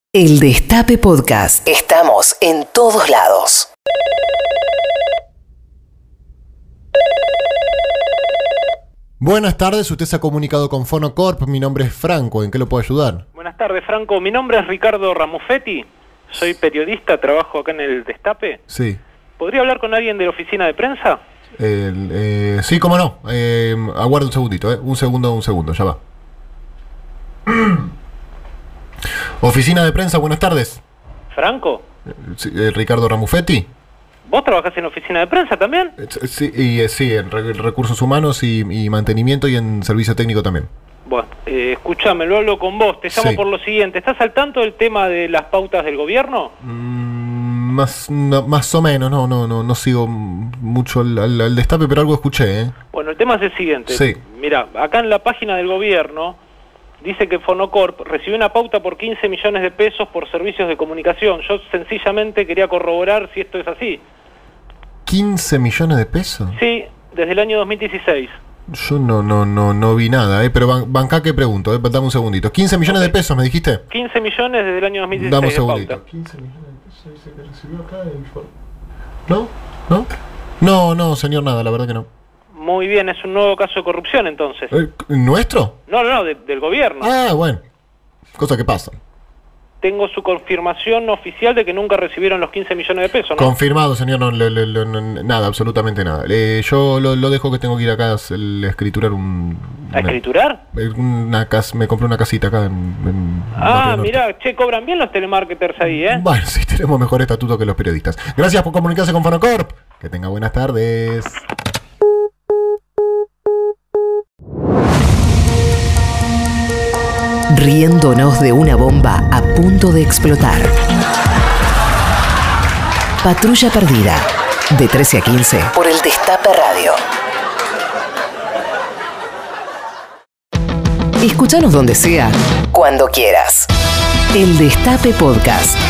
El Destape Podcast. Estamos en todos lados. Buenas tardes, usted se ha comunicado con Fonocorp, mi nombre es Franco, ¿en qué lo puedo ayudar? Buenas tardes, Franco, mi nombre es Ricardo Ramufetti, soy periodista, trabajo acá en el Destape. Sí. ¿Podría hablar con alguien de la oficina de prensa? Sí, cómo no, aguarda un segundito, un segundo, ya va. Oficina de prensa, buenas tardes. ¿Franco? Ricardo Ramufetti. ¿Vos trabajás en oficina de prensa también? Sí, en recursos humanos y mantenimiento y en servicio técnico también. Bueno, escúchame, lo hablo con vos, te llamo por lo siguiente. ¿Estás al tanto del tema de las pautas del gobierno? Más o menos, no sigo mucho al Destape, pero algo escuché, Bueno, el tema es el siguiente. Sí. Mirá, acá en la página del gobierno dice que Fonocorp recibió una pauta por 15 millones de pesos por servicios de comunicación. Yo sencillamente quería corroborar si esto es así. ¿15 millones de pesos? Sí, desde el año 2016. Yo no vi nada, pero bancá que pregunto, dame un segundito. ¿15 millones de pesos me dijiste? 15 millones desde el año 2016. Dame un segundito. Pauta. 15 millones de pesos dice que recibió acá No, señor, nada, la verdad que no. Muy bien, es un nuevo caso de corrupción entonces. ¿Nuestro? No, del gobierno. Ah, bueno, cosa que pasa. Tengo su confirmación oficial de que nunca recibieron los 15 millones de pesos, ¿no? Confirmado, señor, nada, absolutamente nada. Yo lo dejo que tengo que ir acá a escriturar ¿A escriturar? Me compré una casita acá en mirá, cobran bien los telemarketers ahí, Bueno, sí, tenemos mejor estatuto que los periodistas. Gracias por comunicarse con Fonocorp. Que tenga buenas tardes. Riéndonos de una bomba a punto de explotar. Patrulla Perdida, de 13 a 15, por el Destape Radio. Escúchanos donde sea, cuando quieras. El Destape Podcast.